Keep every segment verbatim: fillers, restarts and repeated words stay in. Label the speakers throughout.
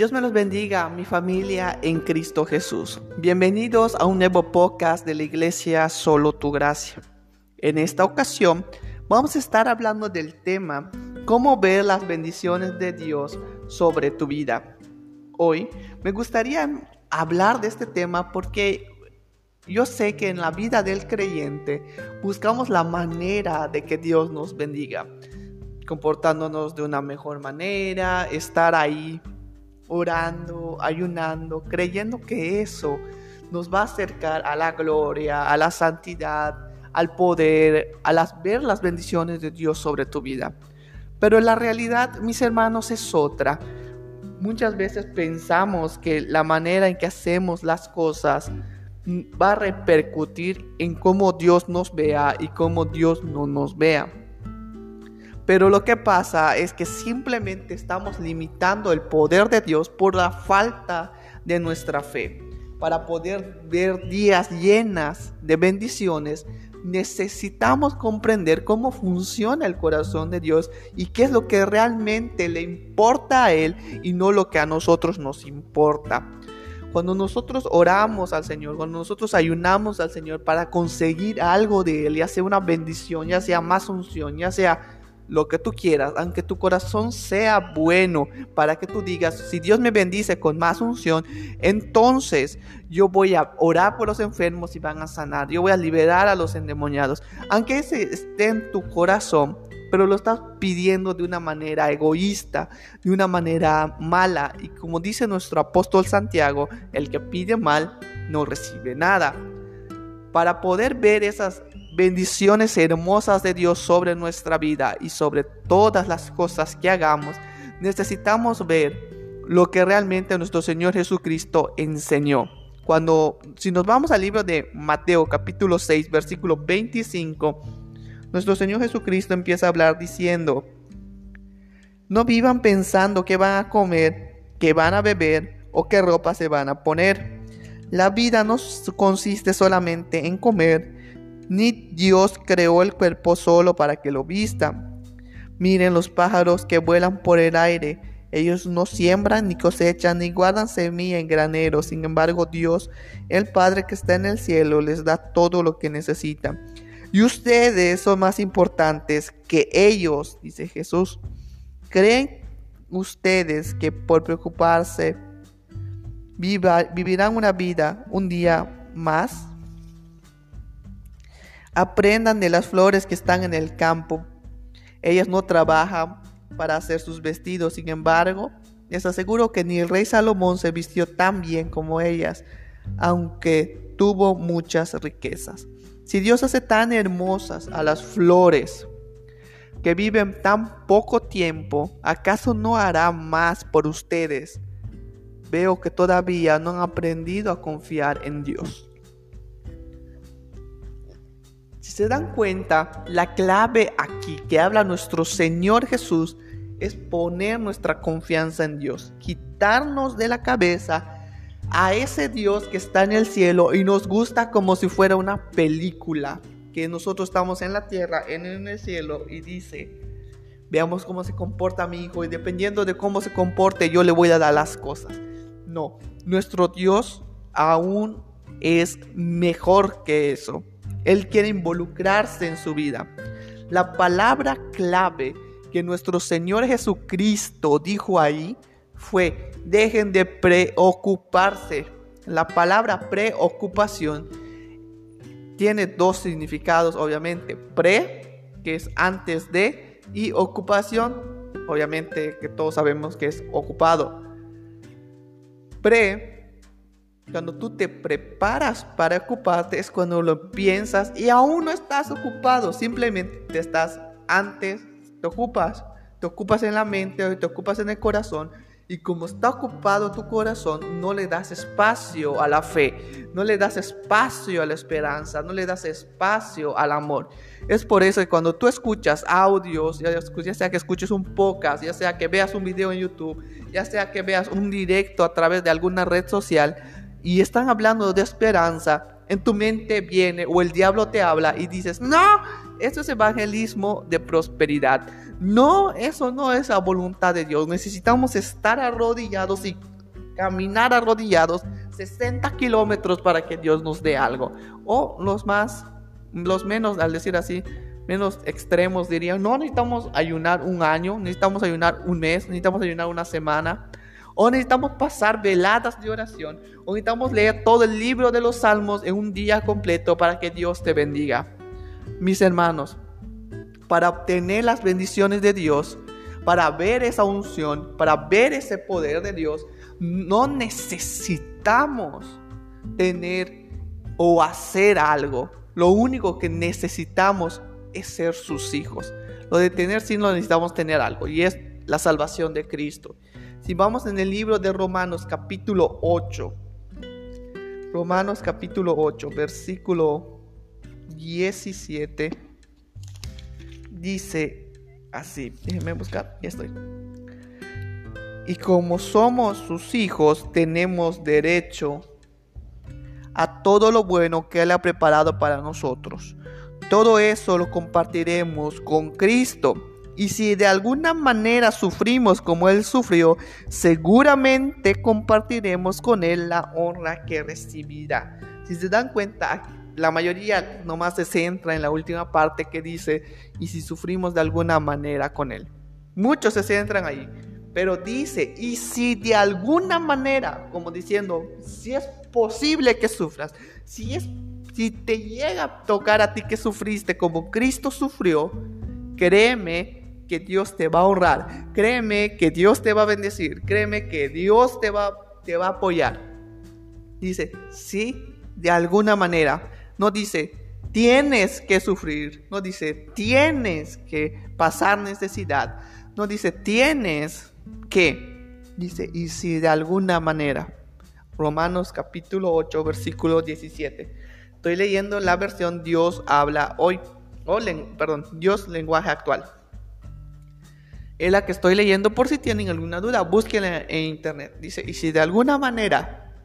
Speaker 1: Dios me los bendiga, mi familia en Cristo Jesús. Bienvenidos a un nuevo podcast de la Iglesia Solo Tu Gracia. En esta ocasión vamos a estar hablando del tema cómo ver las bendiciones de Dios sobre tu vida. Hoy me gustaría hablar de este tema porque yo sé que en la vida del creyente buscamos la manera de que Dios nos bendiga, comportándonos de una mejor manera, estar ahí orando, ayunando, creyendo que eso nos va a acercar a la gloria, a la santidad, al poder, a las, ver las bendiciones de Dios sobre tu vida. Pero la realidad, mis hermanos, es otra. Muchas veces pensamos que la manera en que hacemos las cosas va a repercutir en cómo Dios nos vea y cómo Dios no nos vea. Pero lo que pasa es que simplemente estamos limitando el poder de Dios por la falta de nuestra fe. Para poder ver días llenas de bendiciones, necesitamos comprender cómo funciona el corazón de Dios y qué es lo que realmente le importa a Él y no lo que a nosotros nos importa. Cuando nosotros oramos al Señor, cuando nosotros ayunamos al Señor para conseguir algo de Él, ya sea una bendición, ya sea más unción, ya sea lo que tú quieras, aunque tu corazón sea bueno, para que tú digas, si Dios me bendice con más unción, entonces yo voy a orar por los enfermos y van a sanar, yo voy a liberar a los endemoniados, aunque ese esté en tu corazón, pero lo estás pidiendo de una manera egoísta, de una manera mala, y como dice nuestro apóstol Santiago, el que pide mal no recibe nada. Para poder ver esas bendiciones hermosas de Dios sobre nuestra vida y sobre todas las cosas que hagamos, necesitamos ver lo que realmente nuestro Señor Jesucristo enseñó. Cuando, si nos vamos al libro de Mateo capítulo seis, versículo veinticinco, nuestro Señor Jesucristo empieza a hablar diciendo: no vivan pensando qué van a comer, qué van a beber o qué ropa se van a poner. La vida no consiste solamente en comer, ni Dios creó el cuerpo solo para que lo vista. Miren los pájaros que vuelan por el aire. Ellos no siembran, ni cosechan, ni guardan semilla en graneros. Sin embargo, Dios, el Padre que está en el cielo, les da todo lo que necesitan. Y ustedes son más importantes que ellos, dice Jesús. ¿Creen ustedes que por preocuparse viva, vivirán una vida un día más? Aprendan de las flores que están en el campo. Ellas no trabajan para hacer sus vestidos. Sin embargo, les aseguro que ni el rey Salomón se vistió tan bien como ellas, aunque tuvo muchas riquezas. Si Dios hace tan hermosas a las flores que viven tan poco tiempo, ¿acaso no hará más por ustedes? Veo que todavía no han aprendido a confiar en Dios. Si se dan cuenta, la clave aquí que habla nuestro Señor Jesús es poner nuestra confianza en Dios, quitarnos de la cabeza a ese Dios que está en el cielo y nos gusta como si fuera una película, que nosotros estamos en la tierra, en el cielo, y dice: veamos cómo se comporta mi hijo y dependiendo de cómo se comporte yo le voy a dar las cosas. No, nuestro Dios aún es mejor que eso. Él quiere involucrarse en su vida. La palabra clave que nuestro Señor Jesucristo dijo ahí fue: dejen de preocuparse. La palabra preocupación tiene dos significados, obviamente. Pre, que es antes de, y ocupación, obviamente que todos sabemos que es ocupado. Pre, cuando tú te preparas para ocuparte, es cuando lo piensas y aún no estás ocupado, simplemente te estás antes, te ocupas, te ocupas en la mente, te ocupas en el corazón, y como está ocupado tu corazón, no le das espacio a la fe, no le das espacio a la esperanza, no le das espacio al amor. Es por eso que cuando tú escuchas audios, ya, ya sea que escuches un podcast, ya sea que veas un video en YouTube, ya sea que veas un directo a través de alguna red social, y están hablando de esperanza, en tu mente viene o el diablo te habla y dices: no, eso es evangelismo de prosperidad. No, eso no es la voluntad de Dios. Necesitamos estar arrodillados y caminar arrodillados sesenta kilómetros para que Dios nos dé algo. O los más, los menos, al decir así, menos extremos dirían, no necesitamos ayunar un año, necesitamos ayunar un mes, necesitamos ayunar una semana, o necesitamos pasar veladas de oración, o necesitamos leer todo el libro de los Salmos en un día completo para que Dios te bendiga. Mis hermanos, para obtener las bendiciones de Dios, para ver esa unción, para ver ese poder de Dios, no necesitamos tener o hacer algo. Lo único que necesitamos es ser sus hijos. Lo de tener sí no necesitamos tener algo, y es la salvación de Cristo. Si vamos en el libro de Romanos capítulo ocho, Romanos capítulo ocho, versículo diecisiete, dice así, déjenme buscar, ya estoy. Y como somos sus hijos, tenemos derecho a todo lo bueno que Él ha preparado para nosotros. Todo eso lo compartiremos con Cristo. Y si de alguna manera sufrimos como Él sufrió, seguramente compartiremos con Él la honra que recibirá. Si se dan cuenta, la mayoría nomás se centra en la última parte que dice, y si sufrimos de alguna manera con Él. Muchos se centran ahí, pero dice, y si de alguna manera, como diciendo, si es posible que sufras, si, es, si te llega a tocar a ti que sufriste como Cristo sufrió, créeme que Dios te va a honrar, créeme que Dios te va a bendecir, créeme que Dios te va, te va a apoyar. Dice, sí, de alguna manera. No dice, tienes que sufrir. No dice, tienes que pasar necesidad. No dice, tienes que. Dice, y si de alguna manera. Romanos capítulo ocho, versículo diecisiete. Estoy leyendo la versión Dios habla hoy. O, len, perdón, Dios lenguaje actual. Es la que estoy leyendo, por si tienen alguna duda, búsquenla en internet. Dice, y si de alguna manera,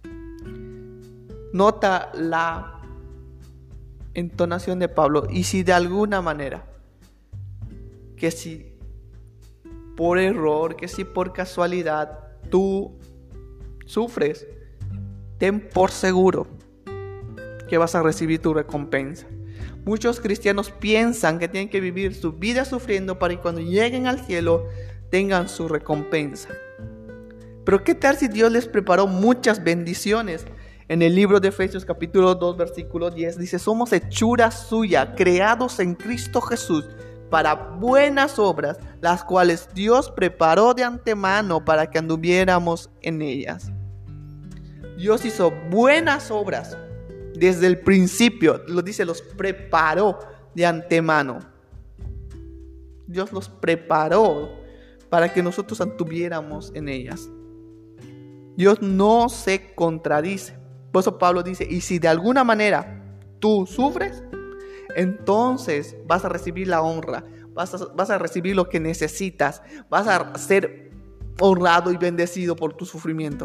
Speaker 1: nota la entonación de Pablo, y si de alguna manera, que si por error, que si por casualidad tú sufres, ten por seguro que vas a recibir tu recompensa. Muchos cristianos piensan que tienen que vivir su vida sufriendo para que cuando lleguen al cielo tengan su recompensa. Pero ¿qué tal si Dios les preparó muchas bendiciones? En el libro de Efesios capítulo dos, versículo diez dice, somos hechura suya, creados en Cristo Jesús para buenas obras, las cuales Dios preparó de antemano para que anduviéramos en ellas. Dios hizo buenas obras desde el principio, lo dice, los preparó de antemano. Dios los preparó para que nosotros anduviéramos en ellas. Dios no se contradice. Por eso Pablo dice, y si de alguna manera tú sufres, entonces vas a recibir la honra, vas a, vas a recibir lo que necesitas, vas a ser honrado y bendecido por tu sufrimiento.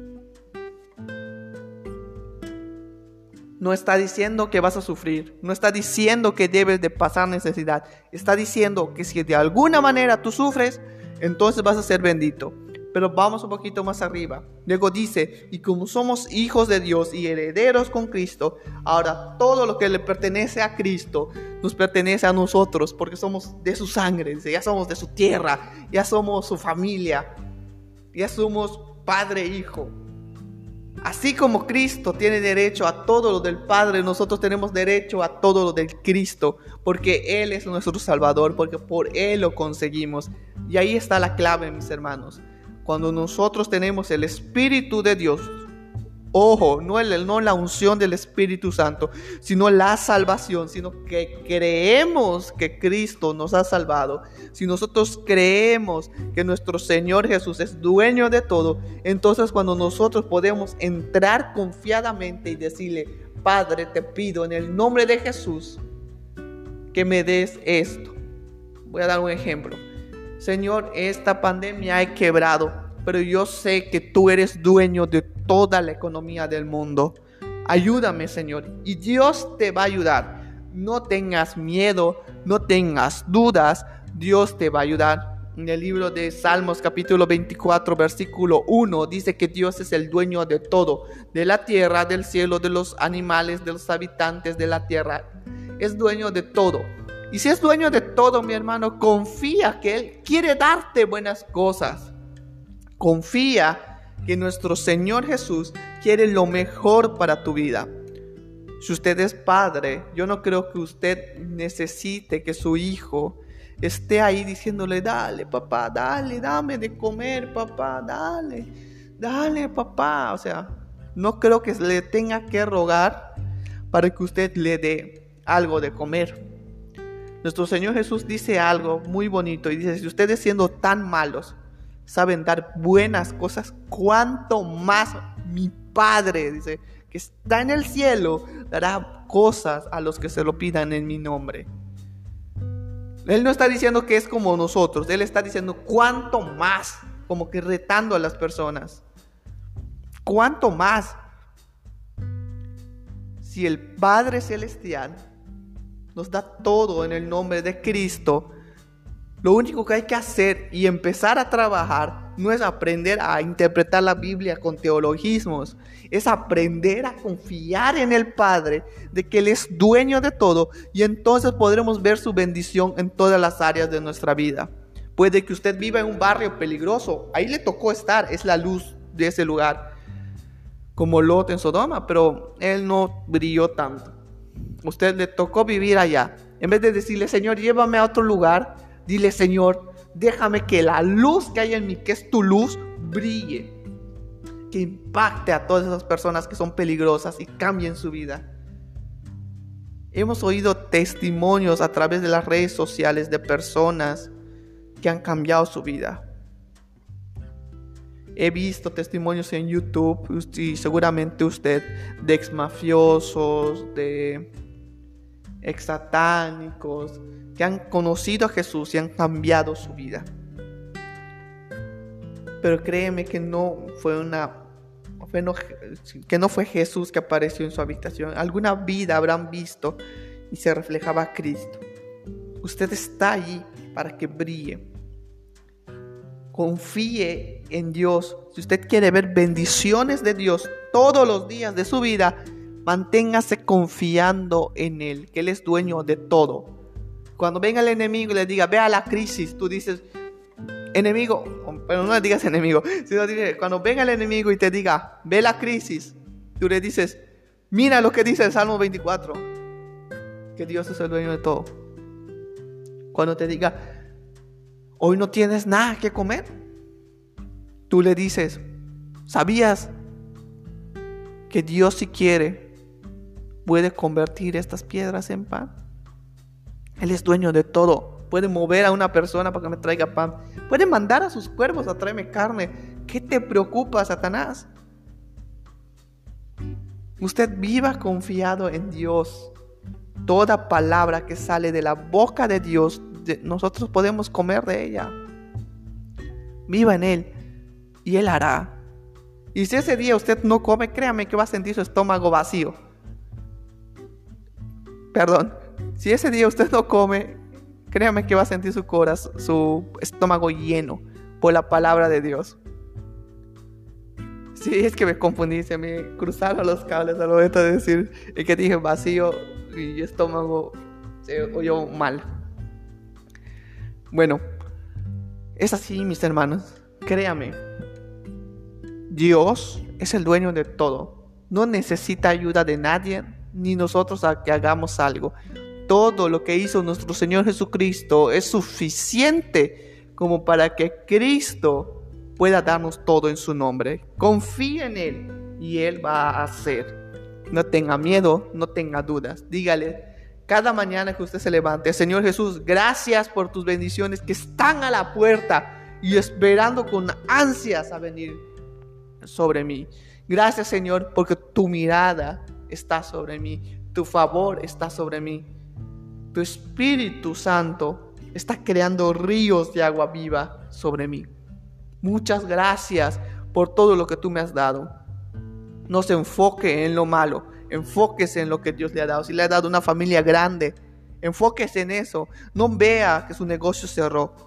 Speaker 1: No está diciendo que vas a sufrir, no está diciendo que debes de pasar necesidad, está diciendo que si de alguna manera tú sufres, entonces vas a ser bendito. Pero vamos un poquito más arriba. Luego dice, y como somos hijos de Dios y herederos con Cristo, ahora todo lo que le pertenece a Cristo nos pertenece a nosotros, porque somos de su sangre, dice, ya somos de su tierra, ya somos su familia, ya somos padre e hijo. Así como Cristo tiene derecho a todo lo del Padre, nosotros tenemos derecho a todo lo del Cristo, porque Él es nuestro Salvador, porque por Él lo conseguimos. Y ahí está la clave, mis hermanos. Cuando nosotros tenemos el Espíritu de Dios, ojo, no, el, no la unción del Espíritu Santo, sino la salvación, sino que creemos que Cristo nos ha salvado. Si nosotros creemos que nuestro Señor Jesús es dueño de todo, entonces cuando nosotros podemos entrar confiadamente y decirle, Padre, te pido en el nombre de Jesús que me des esto. Voy a dar un ejemplo. Señor, esta pandemia ha quebrado, pero yo sé que tú eres dueño de toda la economía del mundo. Ayúdame, Señor, y Dios te va a ayudar. No tengas miedo, no tengas dudas, Dios te va a ayudar. en el libro de Salmos capítulo veinticuatro versículo uno, dice que Dios es el dueño de todo, de la tierra, del cielo, de los animales, de los habitantes de la tierra. Es dueño de todo. Y si es dueño de todo, mi hermano, confía que Él quiere darte buenas cosas. Confía que nuestro Señor Jesús quiere lo mejor para tu vida. Si usted es padre, yo no creo que usted necesite que su hijo esté ahí diciéndole: dale papá, dale, dame de comer papá, dale, dale papá. O sea, no creo que le tenga que rogar para que usted le dé algo de comer. Nuestro Señor Jesús dice algo muy bonito y dice: si ustedes, siendo tan malos, saben dar buenas cosas, cuánto más mi Padre, dice, que está en el cielo, dará cosas a los que se lo pidan en mi nombre. Él no está diciendo que es como nosotros, Él está diciendo cuánto más, como que retando a las personas. Cuánto más. Si el Padre Celestial nos da todo en el nombre de Cristo, lo único que hay que hacer y empezar a trabajar no es aprender a interpretar la Biblia con teologismos, es aprender a confiar en el Padre, de que Él es dueño de todo, y entonces podremos ver su bendición en todas las áreas de nuestra vida. Puede que usted viva en un barrio peligroso, ahí le tocó estar, es la luz de ese lugar, como Lot en Sodoma, pero él no brilló tanto. Usted le tocó vivir allá. En vez de decirle: Señor, llévame a otro lugar, dile: Señor, déjame que la luz que hay en mí, que es tu luz, brille, que impacte a todas esas personas que son peligrosas y cambien su vida. Hemos oído testimonios a través de las redes sociales de personas que han cambiado su vida. He visto testimonios en YouTube, y seguramente usted, de ex mafiosos, de ex satánicos, que han conocido a Jesús y han cambiado su vida. Pero créeme que no fue una fue no, que no fue Jesús que apareció en su habitación. Alguna vida habrán visto y se reflejaba a Cristo. Usted está allí para que brille. Confíe en Dios. Si usted quiere ver bendiciones de Dios todos los días de su vida, manténgase confiando en Él, que Él es dueño de todo. Cuando venga el enemigo y le diga: vea la crisis, tú dices: enemigo, pero no le digas enemigo, sino dice, cuando venga el enemigo y te diga: ve la crisis, tú le dices: mira lo que dice el Salmo veinticuatro, que Dios es el dueño de todo. Cuando te diga: hoy no tienes nada que comer, tú le dices: ¿sabías que Dios, si quiere, puede convertir estas piedras en pan? Él es dueño de todo. Puede mover a una persona para que me traiga pan. Puede mandar a sus cuervos a traerme carne. ¿Qué te preocupa, Satanás? Usted viva confiado en Dios. Toda palabra que sale de la boca de Dios, de, nosotros podemos comer de ella. Viva en Él y Él hará. Y si ese día usted no come, créame que va a sentir su estómago vacío. Perdón. Si ese día usted no come, créame que va a sentir su corazón, su estómago lleno por la palabra de Dios. Sí, es que me confundí, se me cruzaron los cables al momento de decir, el que dije vacío y estómago se oyó mal. Bueno, es así, mis hermanos, créame, Dios es el dueño de todo, no necesita ayuda de nadie, ni nosotros a que hagamos algo. Todo lo que hizo nuestro Señor Jesucristo es suficiente como para que Cristo pueda darnos todo en su nombre. Confíe en Él y Él va a hacer. No tenga miedo, no tenga dudas. Dígale cada mañana que usted se levante: Señor Jesús, gracias por tus bendiciones que están a la puerta y esperando con ansias a venir sobre mí. Gracias, Señor, porque tu mirada está sobre mí, tu favor está sobre mí. Tu Espíritu Santo está creando ríos de agua viva sobre mí. Muchas gracias por todo lo que tú me has dado. No se enfoque en lo malo, enfóquese en lo que Dios le ha dado. Si le ha dado una familia grande, enfóquese en eso. No vea que su negocio cerró.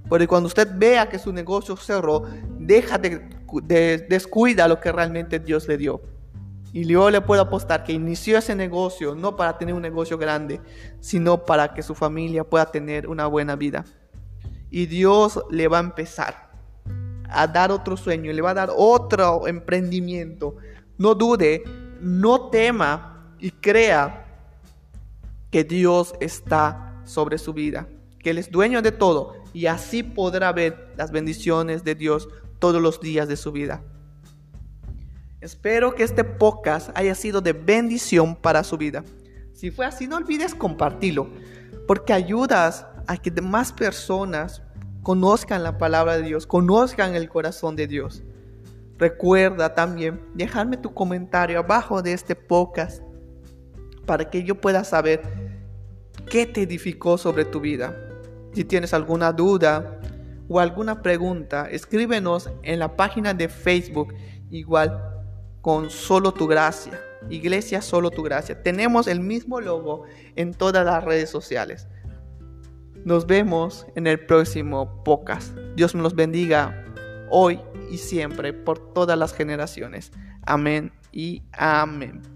Speaker 1: Porque cuando usted vea que su negocio cerró, deja de, de descuida lo que realmente Dios le dio. Y yo le puedo apostar que inició ese negocio no para tener un negocio grande, sino para que su familia pueda tener una buena vida. Y Dios le va a empezar a dar otro sueño, le va a dar otro emprendimiento. No dude, no tema y crea que Dios está sobre su vida, que Él es dueño de todo, y así podrá ver las bendiciones de Dios todos los días de su vida. Espero que este podcast haya sido de bendición para su vida. Si fue así, no olvides compartirlo, porque ayudas a que más personas conozcan la palabra de Dios, conozcan el corazón de Dios. Recuerda también dejarme tu comentario abajo de este podcast para que yo pueda saber qué te edificó sobre tu vida. Si tienes alguna duda o alguna pregunta, escríbenos en la página de Facebook, igual con Solo Tu Gracia, Iglesia Solo Tu Gracia. Tenemos el mismo logo en todas las redes sociales. Nos vemos en el próximo podcast. Dios nos bendiga hoy y siempre por todas las generaciones. Amén y amén.